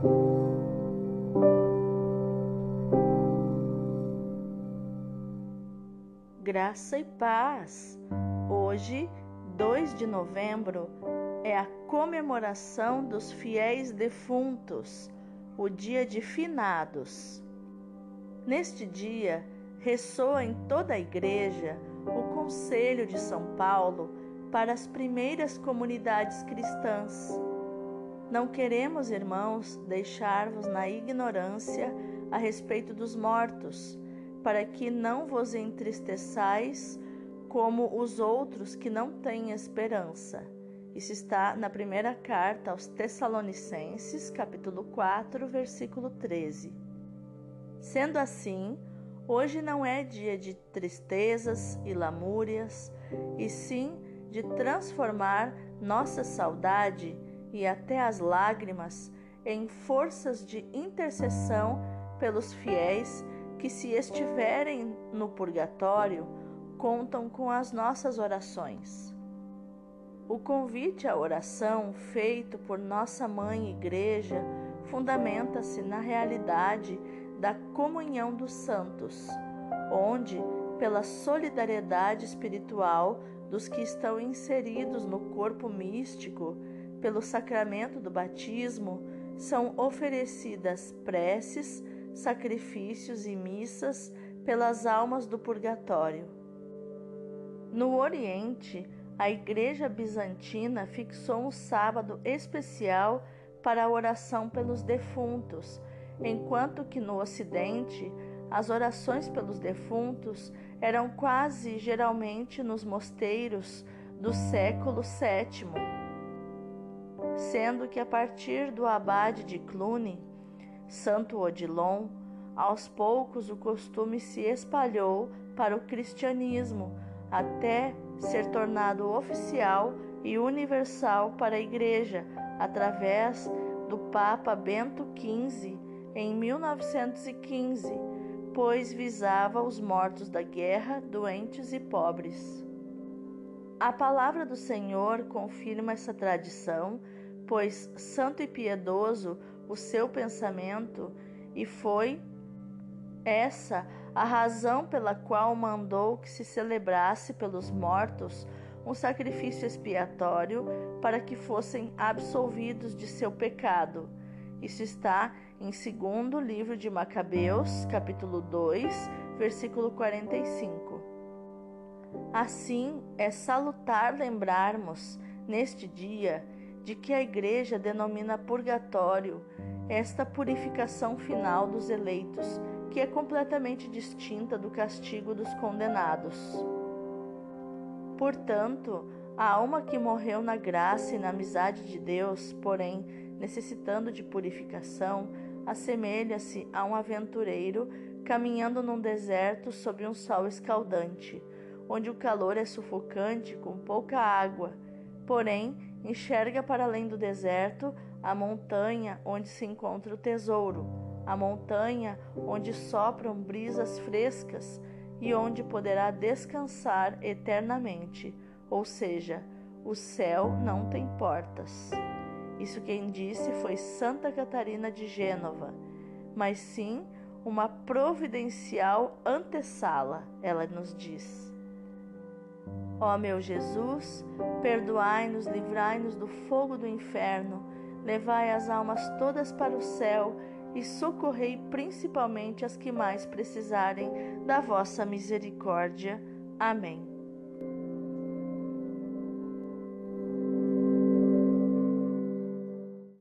Graça e paz! Hoje, 2 de novembro, é a comemoração dos fiéis defuntos, o dia de finados. Neste dia, ressoa em toda a igreja o Conselho de São Paulo para as primeiras comunidades cristãs. Não queremos, irmãos, deixar-vos na ignorância a respeito dos mortos, para que não vos entristeçais como os outros que não têm esperança. Isso está na primeira carta aos Tessalonicenses, capítulo 4, versículo 13. Sendo assim, hoje não é dia de tristezas e lamúrias, e sim de transformar nossa saudade e até as lágrimas em forças de intercessão pelos fiéis que, se estiverem no purgatório, contam com as nossas orações. O convite à oração feito por nossa Mãe Igreja fundamenta-se na realidade da comunhão dos santos, onde, pela solidariedade espiritual dos que estão inseridos no corpo místico, pelo sacramento do batismo, são oferecidas preces, sacrifícios e missas pelas almas do purgatório. No Oriente, a Igreja Bizantina fixou um sábado especial para a oração pelos defuntos, enquanto que no Ocidente, as orações pelos defuntos eram quase geralmente nos mosteiros do século VII, sendo que a partir do abade de Cluny, Santo Odilon, aos poucos o costume se espalhou para o cristianismo, até ser tornado oficial e universal para a Igreja, através do Papa Bento XV, em 1915, pois visava os mortos da guerra, doentes e pobres. A palavra do Senhor confirma essa tradição, pois santo e piedoso o seu pensamento, e foi essa a razão pela qual mandou que se celebrasse pelos mortos um sacrifício expiatório para que fossem absolvidos de seu pecado. Isso está em 2º livro de Macabeus, capítulo 2, versículo 45. Assim, é salutar lembrarmos, neste dia, de que a Igreja denomina purgatório esta purificação final dos eleitos, que é completamente distinta do castigo dos condenados. Portanto, a alma que morreu na graça e na amizade de Deus, porém necessitando de purificação, assemelha-se a um aventureiro caminhando num deserto sob um sol escaldante, onde o calor é sufocante com pouca água, porém enxerga para além do deserto a montanha onde se encontra o tesouro, a montanha onde sopram brisas frescas e onde poderá descansar eternamente, ou seja, o céu não tem portas. Isso quem disse foi Santa Catarina de Gênova, mas sim uma providencial antessala, ela nos diz. Ó meu Jesus, perdoai-nos, livrai-nos do fogo do inferno, levai as almas todas para o céu e socorrei principalmente as que mais precisarem da vossa misericórdia. Amém.